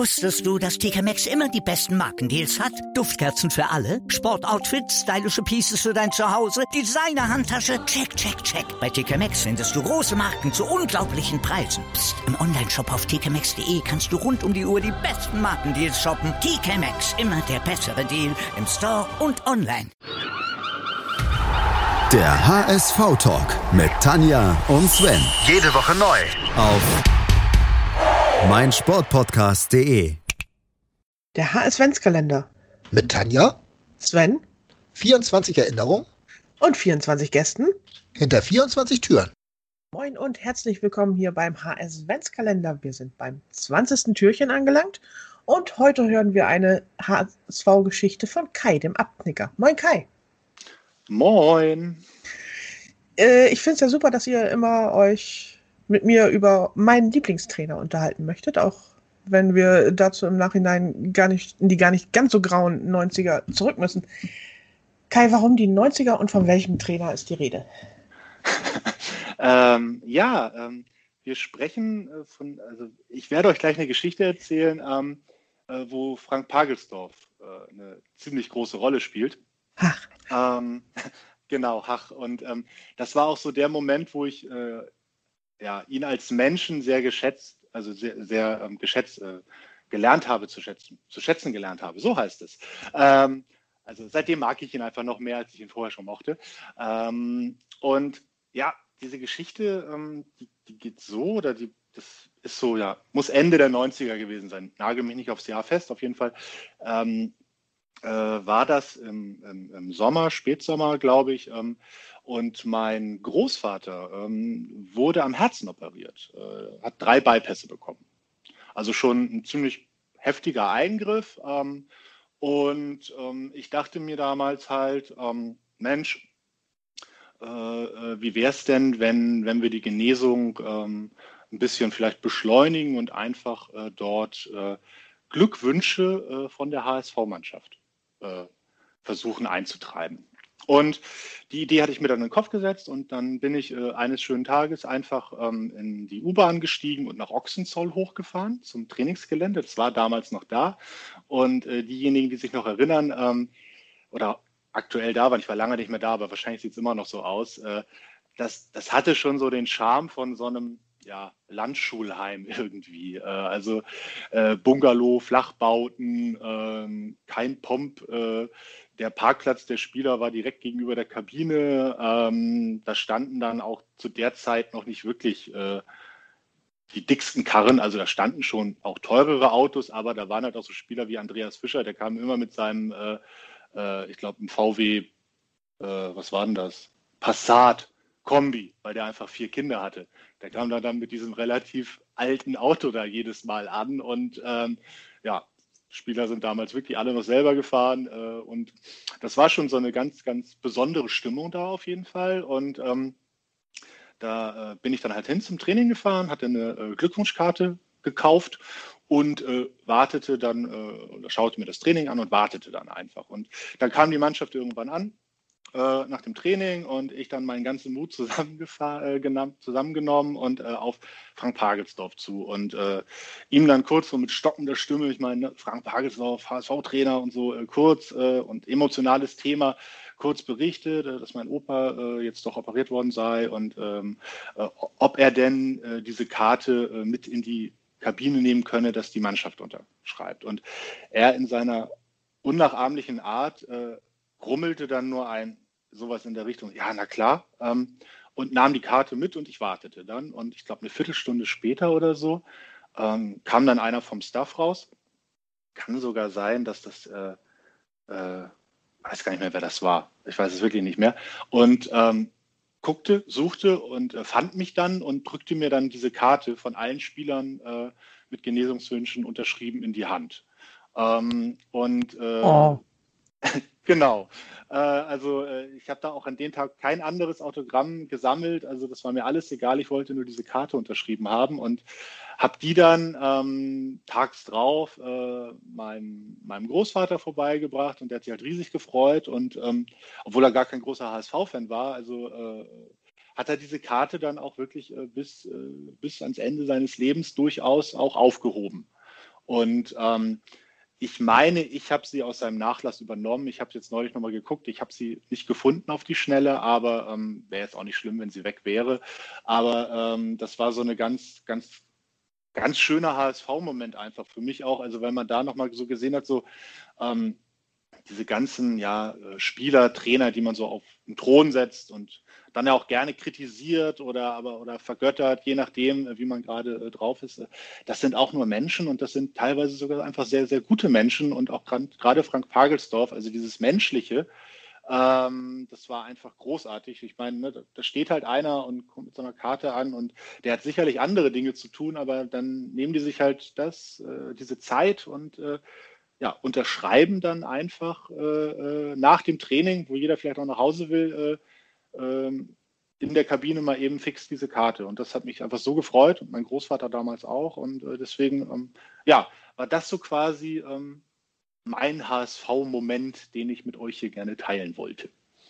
Wusstest du, dass TK Maxx immer die besten Markendeals hat? Duftkerzen für alle, Sportoutfits, stylische Pieces für dein Zuhause, Designer-Handtasche, check, check, check. Bei TK Maxx findest du große Marken zu unglaublichen Preisen. Psst. Im Onlineshop auf tkmaxx.de kannst du rund um die Uhr die besten Markendeals shoppen. TK Maxx, immer der bessere Deal im Store und online. Der HSV-Talk mit Tanja und Sven. Jede Woche neu. Auf meinsportpodcast.de. Der HS-Adventskalender. Mit Tanja, Sven 24 Erinnerungen und 24 Gästen. hinter 24 Türen. Moin und herzlich willkommen hier beim HS-Adventskalender. Wir sind beim 20. Türchen angelangt und heute hören wir eine HSV-Geschichte von Kai, dem Abknicker. Moin Kai. Moin. Ich finde es ja super, dass ihr immer euch mit mir über meinen Lieblingstrainer unterhalten möchtet, auch wenn wir dazu im Nachhinein in die gar nicht ganz so grauen 90er zurück müssen. Kai, warum die 90er und von welchem Trainer ist die Rede? Wir sprechen also ich werde euch gleich eine Geschichte erzählen, wo Frank Pagelsdorf eine ziemlich große Rolle spielt. Ach. Genau, und das war auch so der Moment, wo ich ihn als Menschen sehr geschätzt, gelernt habe zu schätzen gelernt habe, so heißt es. Also seitdem mag ich ihn einfach noch mehr, als ich ihn vorher schon mochte. Und ja, diese Geschichte, die geht so, das ist so, ja, muss Ende der 90er gewesen sein. Nagel mich nicht aufs Jahr fest, auf jeden Fall. War das im Sommer, Spätsommer, glaube ich. Und mein Großvater wurde am Herzen operiert, hat 3 Bypässe bekommen. Also schon ein ziemlich heftiger Eingriff. Ich dachte mir damals halt, Mensch, wie wäre es denn, wenn wir die Genesung ein bisschen vielleicht beschleunigen und einfach dort Glückwünsche von der HSV-Mannschaft versuchen einzutreiben. Und die Idee hatte ich mir dann in den Kopf gesetzt und dann bin ich eines schönen Tages einfach in die U-Bahn gestiegen und nach Ochsenzoll hochgefahren zum Trainingsgelände. Das war damals noch da. Und diejenigen, die sich noch erinnern oder aktuell da waren, ich war lange nicht mehr da, aber wahrscheinlich sieht es immer noch so aus, das hatte schon so den Charme von so einem Landschulheim irgendwie. Bungalow, Flachbauten, kein Pomp. Der Parkplatz der Spieler war direkt gegenüber der Kabine. Da standen dann auch zu der Zeit noch nicht wirklich die dicksten Karren. Also da standen schon auch teurere Autos, aber da waren halt auch so Spieler wie Andreas Fischer, der kam immer mit seinem, ich glaube, ein VW, was war denn das? Passat. Kombi, weil der einfach 4 Kinder hatte. Der kam dann mit diesem relativ alten Auto da jedes Mal an und Spieler sind damals wirklich alle noch selber gefahren und das war schon so eine ganz, ganz besondere Stimmung da auf jeden Fall und da bin ich dann halt hin zum Training gefahren, hatte eine Glückwunschkarte gekauft und wartete dann, schaute mir das Training an und wartete dann einfach. Und dann kam die Mannschaft irgendwann an, nach dem Training und ich dann meinen ganzen Mut zusammengenommen und auf Frank Pagelsdorf zu und ihm dann kurz so mit stockender Stimme, ich meine, Frank Pagelsdorf, HSV-Trainer und so kurz und emotionales Thema, kurz berichtet, dass mein Opa jetzt doch operiert worden sei und ob er denn diese Karte mit in die Kabine nehmen könne, dass die Mannschaft unterschreibt. Und er in seiner unnachahmlichen Art grummelte dann nur sowas in der Richtung, ja, na klar, und nahm die Karte mit und ich wartete dann. Und ich glaube, eine Viertelstunde später oder so kam dann einer vom Staff raus. Kann sogar sein, dass das, weiß gar nicht mehr, wer das war. Ich weiß es wirklich nicht mehr. Und guckte, suchte und fand mich dann und drückte mir dann diese Karte von allen Spielern mit Genesungswünschen unterschrieben in die Hand. Genau. Ich habe da auch an dem Tag kein anderes Autogramm gesammelt. Also das war mir alles egal. Ich wollte nur diese Karte unterschrieben haben und habe die dann tags drauf meinem Großvater vorbeigebracht und der hat sich halt riesig gefreut. Und obwohl er gar kein großer HSV-Fan war, hat er diese Karte dann auch wirklich bis ans Ende seines Lebens durchaus auch aufgehoben. Und ich meine, ich habe sie aus seinem Nachlass übernommen. Ich habe jetzt neulich nochmal geguckt. Ich habe sie nicht gefunden auf die Schnelle, aber wäre jetzt auch nicht schlimm, wenn sie weg wäre. Aber das war so eine ganz, ganz, ganz schöner HSV-Moment einfach für mich auch. Also wenn man da nochmal so gesehen hat, so diese ganzen Spieler, Trainer, die man so auf den Thron setzt und dann ja auch gerne kritisiert oder vergöttert, je nachdem, wie man gerade drauf ist. Das sind auch nur Menschen und das sind teilweise sogar einfach sehr, sehr gute Menschen und auch gerade Frank Pagelsdorf, also dieses Menschliche, das war einfach großartig. Ich meine, ne, da steht halt einer und kommt mit so einer Karte an und der hat sicherlich andere Dinge zu tun, aber dann nehmen die sich halt diese Zeit und unterschreiben dann einfach nach dem Training, wo jeder vielleicht auch nach Hause will, in der Kabine mal eben fix diese Karte. Und das hat mich einfach so gefreut und mein Großvater damals auch. Und deswegen, war das so quasi mein HSV-Moment, den ich mit euch hier gerne teilen wollte.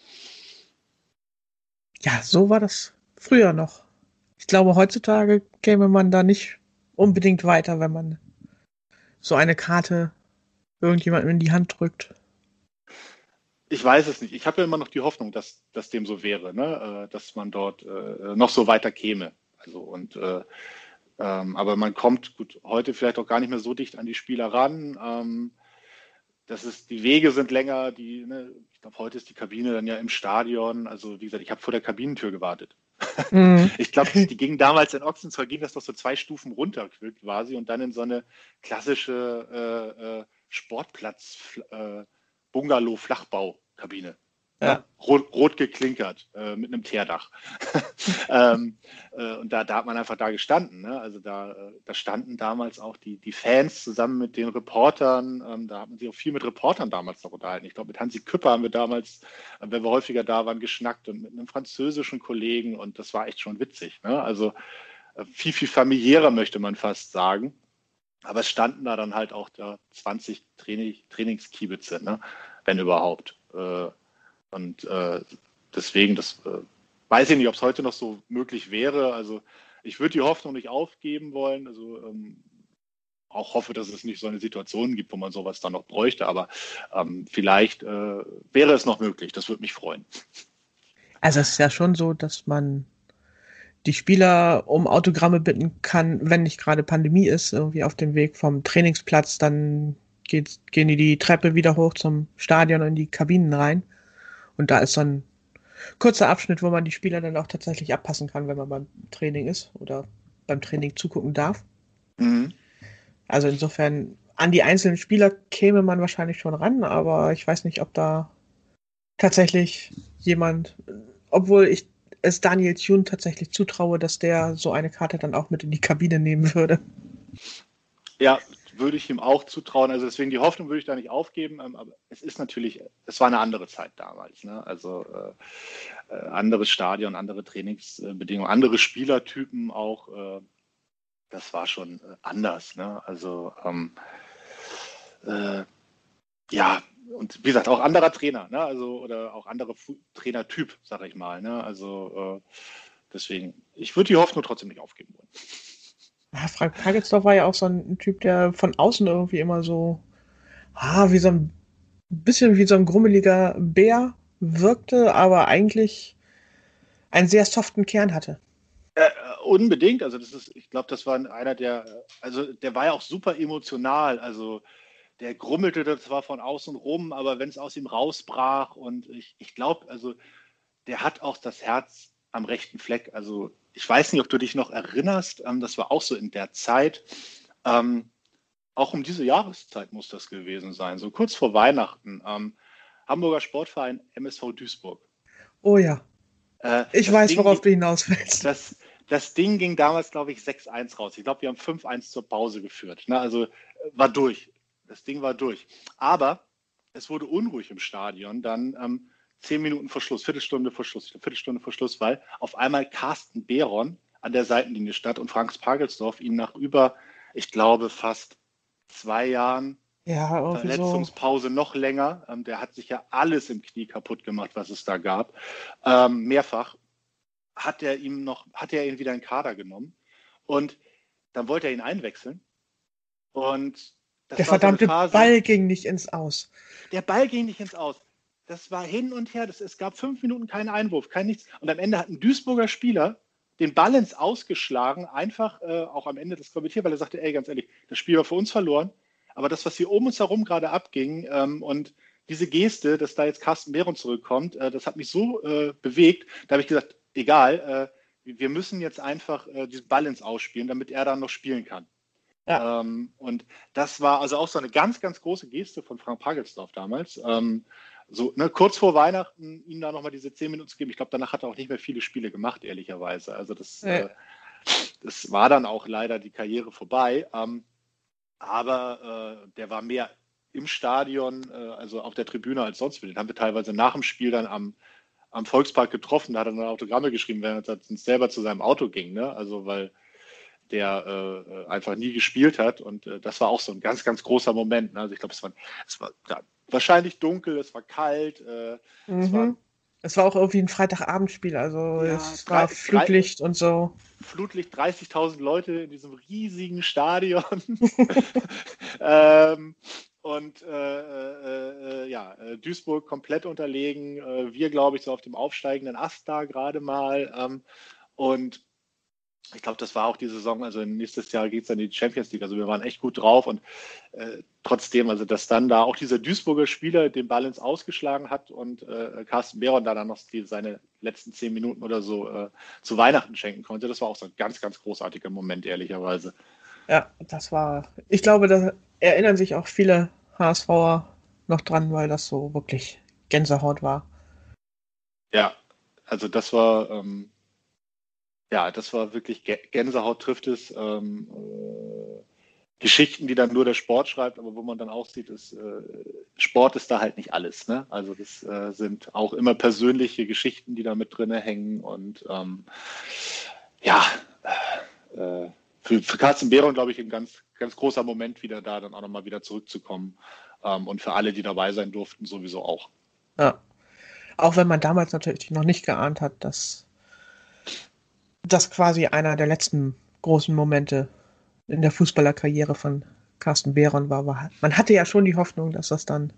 Ja, so war das früher noch. Ich glaube, heutzutage käme man da nicht unbedingt weiter, wenn man so eine Karte irgendjemandem in die Hand drückt. Ich weiß es nicht. Ich habe ja immer noch die Hoffnung, dass dem so wäre, ne? Dass man dort noch so weiter käme. Also aber man kommt heute vielleicht auch gar nicht mehr so dicht an die Spieler ran. Die Wege sind länger. Ich glaube, heute ist die Kabine dann ja im Stadion. Also wie gesagt, ich habe vor der Kabinentür gewartet. Mhm. Ich glaube, die ging damals in Ochsenzoll, ging das doch so 2 Stufen runter quasi und dann in so eine klassische Sportplatz Bungalow-Flachbaukabine. Ja. Rot geklinkert mit einem Teerdach. Und da hat man einfach da gestanden. Ne? Also da standen damals auch die Fans zusammen mit den Reportern. Da hat man sich auch viel mit Reportern damals noch unterhalten. Ich glaube, mit Hansi Küpper haben wir damals, wenn wir häufiger da waren, geschnackt und mit einem französischen Kollegen. Und das war echt schon witzig. Ne? Also viel, viel familiärer, möchte man fast sagen. Aber es standen da dann halt auch da 20 Trainingskiebitze, ne? Wenn überhaupt. Und deswegen, weiß ich nicht, ob es heute noch so möglich wäre. Also ich würde die Hoffnung nicht aufgeben wollen. Also auch hoffe, dass es nicht so eine Situation gibt, wo man sowas dann noch bräuchte. Aber vielleicht wäre es noch möglich. Das würde mich freuen. Also es ist ja schon so, dass man die Spieler um Autogramme bitten kann, wenn nicht gerade Pandemie ist, irgendwie auf dem Weg vom Trainingsplatz, dann gehen die Treppe wieder hoch zum Stadion und in die Kabinen rein. Und da ist so ein kurzer Abschnitt, wo man die Spieler dann auch tatsächlich abpassen kann, wenn man beim Training ist oder beim Training zugucken darf. Mhm. Also insofern, an die einzelnen Spieler käme man wahrscheinlich schon ran, aber ich weiß nicht, ob da tatsächlich jemand, obwohl ich es Daniel Thune tatsächlich zutraue, dass der so eine Karte dann auch mit in die Kabine nehmen würde. Ja, würde ich ihm auch zutrauen. Also deswegen die Hoffnung würde ich da nicht aufgeben. Aber es war eine andere Zeit damals. Ne? Also anderes Stadion, andere Trainingsbedingungen, andere Spielertypen auch. Das war schon anders. Ne? Also und wie gesagt, auch anderer Trainer, ne? Also, oder auch anderer Trainertyp, sage ich mal. Ne? Also deswegen, ich würde die Hoffnung trotzdem nicht aufgeben wollen. Ja, Frank Pagelsdorf war ja auch so ein Typ, der von außen irgendwie immer so wie so ein bisschen wie so ein grummeliger Bär wirkte, aber eigentlich einen sehr soften Kern hatte. Unbedingt, also ich glaube, das war einer der war ja auch super emotional, also der grummelte das zwar von außen rum, aber wenn es aus ihm rausbrach und ich glaube, also der hat auch das Herz am rechten Fleck. Also ich weiß nicht, ob du dich noch erinnerst, das war auch so in der Zeit, auch um diese Jahreszeit muss das gewesen sein, so kurz vor Weihnachten, Hamburger Sportverein MSV Duisburg. Oh ja, ich weiß, worauf du hinaus willst. Das Ding ging damals, glaube ich, 6-1 raus. Ich glaube, wir haben 5-1 zur Pause geführt. Ne? Also war durch. Das Ding war durch. Aber es wurde unruhig im Stadion. Dann 10 Minuten vor Schluss, Viertelstunde vor Schluss, weil auf einmal Carsten Behron an der Seitenlinie stand und Frank Pagelsdorf ihn nach ich glaube, fast 2 Jahren Verletzungspause noch länger. Der hat sich ja alles im Knie kaputt gemacht, was es da gab. Mehrfach hat er ihn wieder in den Kader genommen und dann wollte er ihn einwechseln Und das Der war so eine verdammte Phase. Ball ging nicht ins Aus. Der Ball ging nicht ins Aus. Das war hin und her. Es gab 5 Minuten keinen Einwurf, kein nichts. Und am Ende hat ein Duisburger Spieler den Ball ins Ausgeschlagen, einfach auch am Ende des Kommentiers, weil er sagte, ey, ganz ehrlich, das Spiel war für uns verloren. Aber das, was hier um uns herum gerade abging und diese Geste, dass da jetzt Carsten Behron zurückkommt, das hat mich so bewegt. Da habe ich gesagt, egal, wir müssen jetzt einfach diesen Ball ins Ausspielen, damit er dann noch spielen kann. Ja. Und das war also auch so eine ganz, ganz große Geste von Frank Pagelsdorf damals. Kurz vor Weihnachten ihm da nochmal diese 10 Minuten zu geben. Ich glaube, danach hat er auch nicht mehr viele Spiele gemacht, ehrlicherweise. Also das war dann auch leider die Karriere vorbei. Aber der war mehr im Stadion, also auf der Tribüne als sonst. Den haben wir teilweise nach dem Spiel dann am Volkspark getroffen. Da hat er dann Autogramme geschrieben, während er selber zu seinem Auto ging. Ne? Also weil der einfach nie gespielt hat. Und das war auch so ein ganz, ganz großer Moment. Ne? Also ich glaube, es war wahrscheinlich dunkel, es war kalt. Es war auch irgendwie ein Freitagabendspiel, also Ja, es war Flutlicht und so. Flutlicht, 30.000 Leute in diesem riesigen Stadion. Duisburg komplett unterlegen. Wir, glaube ich, so auf dem aufsteigenden Ast da gerade mal. Und ich glaube, das war auch die Saison, also nächstes Jahr geht es dann in die Champions League, also wir waren echt gut drauf und trotzdem, also dass dann da auch dieser Duisburger Spieler den Ball ins Ausgeschlagen hat und Carsten Behron da dann noch seine letzten 10 Minuten oder so zu Weihnachten schenken konnte, das war auch so ein ganz, ganz großartiger Moment, ehrlicherweise. Ja, ich glaube, da erinnern sich auch viele HSVer noch dran, weil das so wirklich Gänsehaut war. Ja, also das war... das war wirklich Gänsehaut trifft es. Geschichten, die dann nur der Sport schreibt, aber wo man dann auch sieht, Sport ist da halt nicht alles. Ne? Also das sind auch immer persönliche Geschichten, die da mit drin hängen. Und für Carsten Behron, glaube ich, ein ganz, ganz großer Moment, wieder da dann auch nochmal wieder zurückzukommen. Und für alle, die dabei sein durften, sowieso auch. Ja. Auch wenn man damals natürlich noch nicht geahnt hat, dass das quasi einer der letzten großen Momente in der Fußballerkarriere von Carsten Behron war. Man hatte ja schon die Hoffnung, dass das dann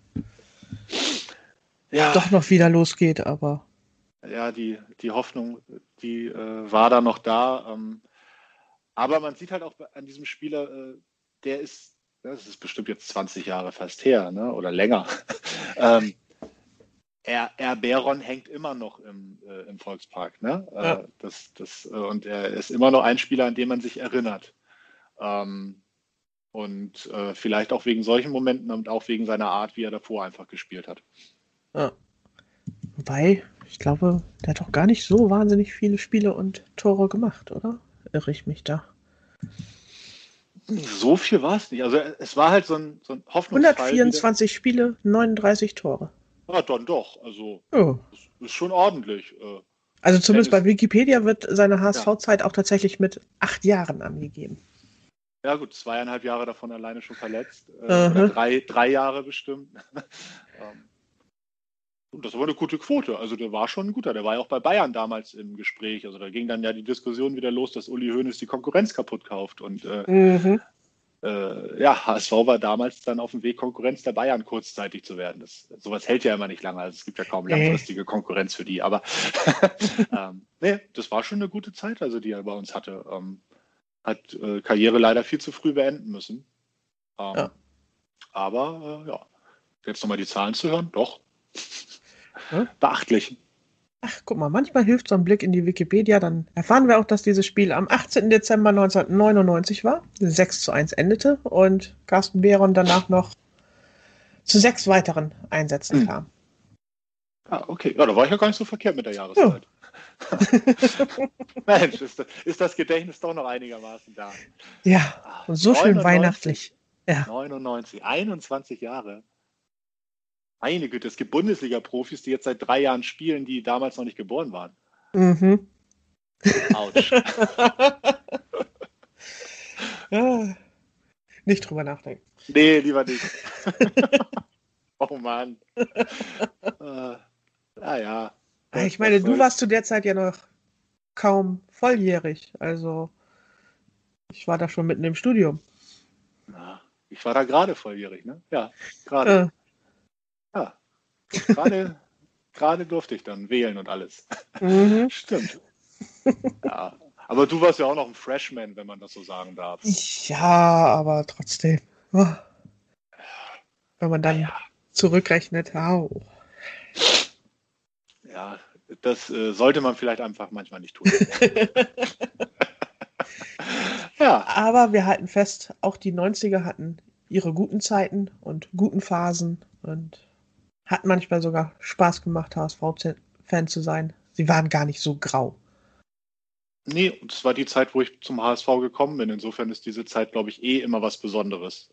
doch noch wieder losgeht, aber... Ja, die Hoffnung, die war da noch da. Aber man sieht halt auch an diesem Spieler, das ist bestimmt jetzt 20 Jahre fast her, ne? Oder länger. Behron hängt immer noch im Volkspark, ne? Ja. Und er ist immer noch ein Spieler, an den man sich erinnert. Vielleicht auch wegen solchen Momenten und auch wegen seiner Art, wie er davor einfach gespielt hat. Ja. Wobei, ich glaube, der hat doch gar nicht so wahnsinnig viele Spiele und Tore gemacht, oder? Irre ich mich da? So viel war es nicht. Also es war halt so ein Hoffnungsfall. 124 Spiele, 39 Tore. Ja, dann doch. Also Oh. das ist schon ordentlich. Also zumindest bei Wikipedia wird seine HSV-Zeit auch tatsächlich mit 8 Jahren angegeben. Ja gut, 2,5 Jahre davon alleine schon verletzt. Oder 3 Jahre bestimmt. Und das war eine gute Quote. Also der war schon ein guter. Der war ja auch bei Bayern damals im Gespräch. Also da ging dann ja die Diskussion wieder los, dass Uli Hoeneß die Konkurrenz kaputt kauft. Und HSV war damals dann auf dem Weg, Konkurrenz der Bayern kurzzeitig zu werden. Sowas hält ja immer nicht lange. Also es gibt ja kaum langfristige Konkurrenz für die. Aber das war schon eine gute Zeit, also die er bei uns hatte. Hat Karriere leider viel zu früh beenden müssen. Aber jetzt nochmal die Zahlen zu hören, doch. Beachtlich. Ach, guck mal, manchmal hilft so ein Blick in die Wikipedia, dann erfahren wir auch, dass dieses Spiel am 18. Dezember 1999 war, 6:1 endete und Carsten Behron danach noch zu 6 weiteren Einsätzen kam. Ah, okay. Ja, da war ich ja gar nicht so verkehrt mit der Jahreszeit. Mensch, ist das Gedächtnis doch noch einigermaßen da. Ja, und so 99, schön weihnachtlich. Ja. 99, 21 Jahre. Meine Güte, es gibt Bundesliga-Profis, die jetzt seit 3 Jahren spielen, die damals noch nicht geboren waren. Mhm. Autsch. Ja, nicht drüber nachdenken. Nee, lieber nicht. Oh Mann. Naja. Ich meine, du warst zu der Zeit ja noch kaum volljährig. Also, ich war da schon mitten im Studium. Ich war da gerade volljährig, ne? Ja, gerade. Ja, gerade durfte ich dann wählen und alles. Mhm. Stimmt. Ja, aber du warst ja auch noch ein Freshman, wenn man das so sagen darf. Ja, aber trotzdem. Oh. Wenn man dann zurückrechnet, au. Ja, das sollte man vielleicht einfach manchmal nicht tun. Ja. Aber wir halten fest, auch die 90er hatten ihre guten Zeiten und guten Phasen und hat manchmal sogar Spaß gemacht, HSV-Fan zu sein. Sie waren gar nicht so grau. Nee, und es war die Zeit, wo ich zum HSV gekommen bin. Insofern ist diese Zeit, glaube ich, immer was Besonderes.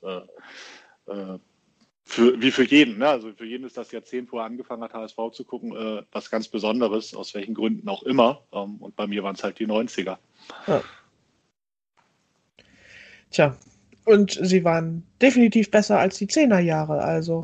Wie für jeden. Ne? Also für jeden ist das Jahrzehnt, wo er angefangen hat, HSV zu gucken, was ganz Besonderes, aus welchen Gründen auch immer. Und bei mir waren es halt die 90er. Ja. Tja, und sie waren definitiv besser als die 10er-Jahre, also.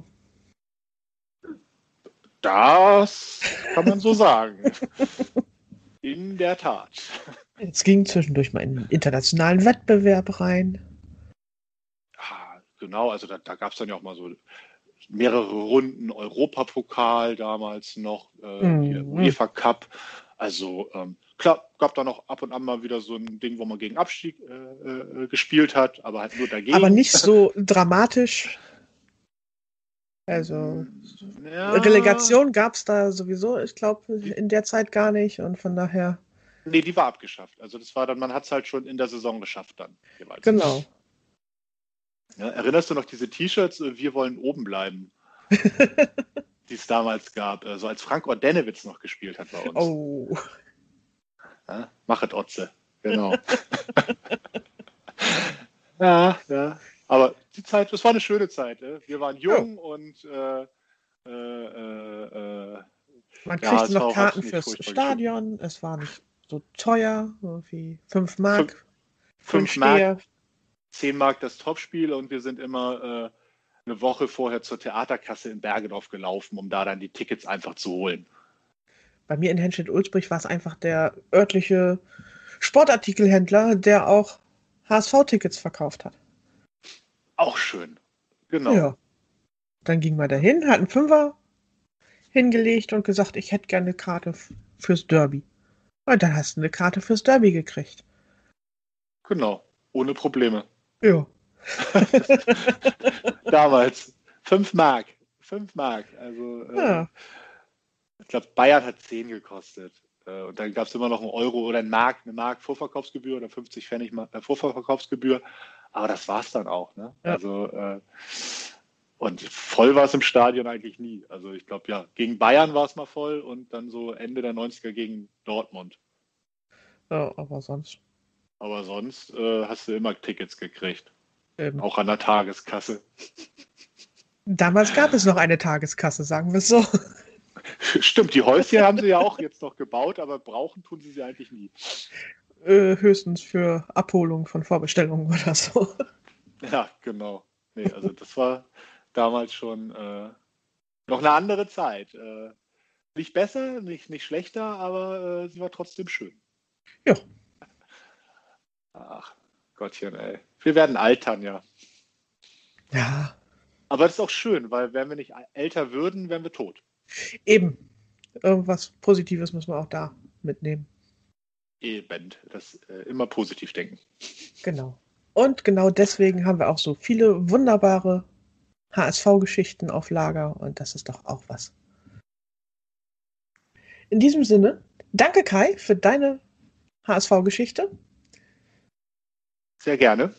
Das kann man so sagen. In der Tat. Es ging zwischendurch mal in den internationalen Wettbewerb rein. Ja, genau, also da gab es dann ja auch mal so mehrere Runden Europapokal damals noch, UEFA Cup. Also klar, gab da noch ab und an mal wieder so ein Ding, wo man gegen Abstieg gespielt hat, aber halt nur dagegen. Aber nicht so dramatisch. Also Relegation gab es da sowieso, ich glaube, in der Zeit gar nicht und von daher. Nee, die war abgeschafft. Also das war dann, man hat es halt schon in der Saison geschafft dann. Jeweils. Genau. Ja, erinnerst du noch diese T-Shirts, wir wollen oben bleiben, die es damals gab, so als Frank Ordenewitz noch gespielt hat bei uns. Oh. Ja, machet Otze, genau. Ja. Aber die Zeit, das war eine schöne Zeit. Wir waren jung und man kriegte noch Karten fürs Stadion. Es war nicht so teuer, irgendwie 5 Mark. 5 Mark, 10 Mark das Topspiel und wir sind immer eine Woche vorher zur Theaterkasse in Bergedorf gelaufen, um da dann die Tickets einfach zu holen. Bei mir in Henstedt-Ulzburg war es einfach der örtliche Sportartikelhändler, der auch HSV-Tickets verkauft hat. Auch schön, genau. Ja. Dann ging man dahin, hat einen Fünfer hingelegt und gesagt, ich hätte gerne eine Karte fürs Derby. Und dann hast du eine Karte fürs Derby gekriegt. Genau, ohne Probleme. Ja. Damals 5 Mark. 5 Mark. Also Ja. ich glaube, Bayern hat 10 gekostet. Und dann gab es immer noch einen Euro oder eine Mark Vorverkaufsgebühr oder 50 Pfennig Vorverkaufsgebühr. Aber das war es dann auch. Ne? Ja. Also und voll war es im Stadion eigentlich nie. Also ich glaube, ja, gegen Bayern war es mal voll und dann so Ende der 90er gegen Dortmund. Ja, aber sonst. Aber sonst hast du immer Tickets gekriegt. Eben. Auch an der Tageskasse. Damals gab es noch eine Tageskasse, sagen wir es so. Stimmt, die Häuschen haben sie ja auch jetzt noch gebaut, aber brauchen tun sie eigentlich nie. Höchstens für Abholung von Vorbestellungen oder so. Ja, genau. Nee, also das war damals schon noch eine andere Zeit. Nicht besser, nicht schlechter, aber sie war trotzdem schön. Ja. Ach, Gottchen, ey. Wir werden alt, Tanja. Ja. Aber das ist auch schön, weil wenn wir nicht älter würden, wären wir tot. Eben. Irgendwas Positives müssen wir auch da mitnehmen. Eben. Das immer positiv denken. Genau. Und genau deswegen haben wir auch so viele wunderbare HSV-Geschichten auf Lager und das ist doch auch was. In diesem Sinne, danke Kai für deine HSV-Geschichte. Sehr gerne.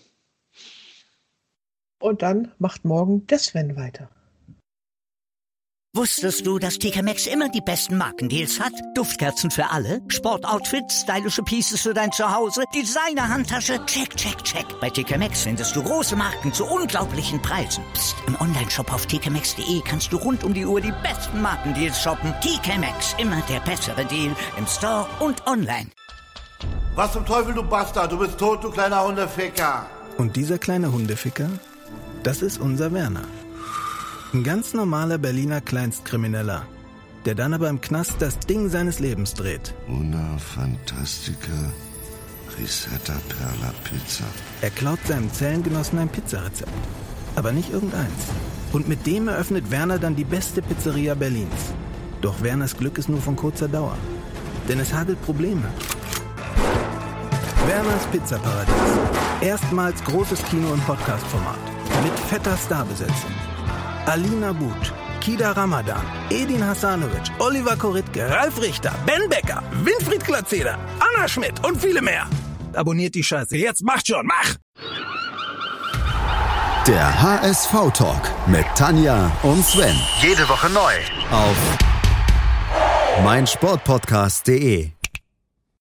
Und dann macht morgen der Sven weiter. Wusstest du, dass TK Maxx immer die besten Markendeals hat? Duftkerzen für alle, Sportoutfits, stylische Pieces für dein Zuhause, Designer-Handtasche, check, check, check. Bei TK Maxx findest du große Marken zu unglaublichen Preisen. Psst. Im Onlineshop auf tkmaxx.de kannst du rund um die Uhr die besten Markendeals shoppen. TK Maxx, immer der bessere Deal im Store und online. Was zum Teufel, du Bastard? Du bist tot, du kleiner Hundeficker. Und dieser kleine Hundeficker, das ist unser Werner. Ein ganz normaler Berliner Kleinstkrimineller, der dann aber im Knast das Ding seines Lebens dreht. Una Fantastica Risetta Perla Pizza. Er klaut seinem Zellengenossen ein Pizzarezept. Aber nicht irgendeins. Und mit dem eröffnet Werner dann die beste Pizzeria Berlins. Doch Werners Glück ist nur von kurzer Dauer. Denn es hagelt Probleme. Werners Pizzaparadies. Erstmals großes Kino- und Podcast-Format. Mit fetter Starbesetzung. Alina But, Kida Ramadan, Edin Hasanovic, Oliver Koritke, Ralf Richter, Ben Becker, Winfried Glatzeder, Anna Schmidt und viele mehr. Abonniert die Scheiße. Jetzt macht schon, mach! Der HSV-Talk mit Tanja und Sven. Jede Woche neu. Auf meinsportpodcast.de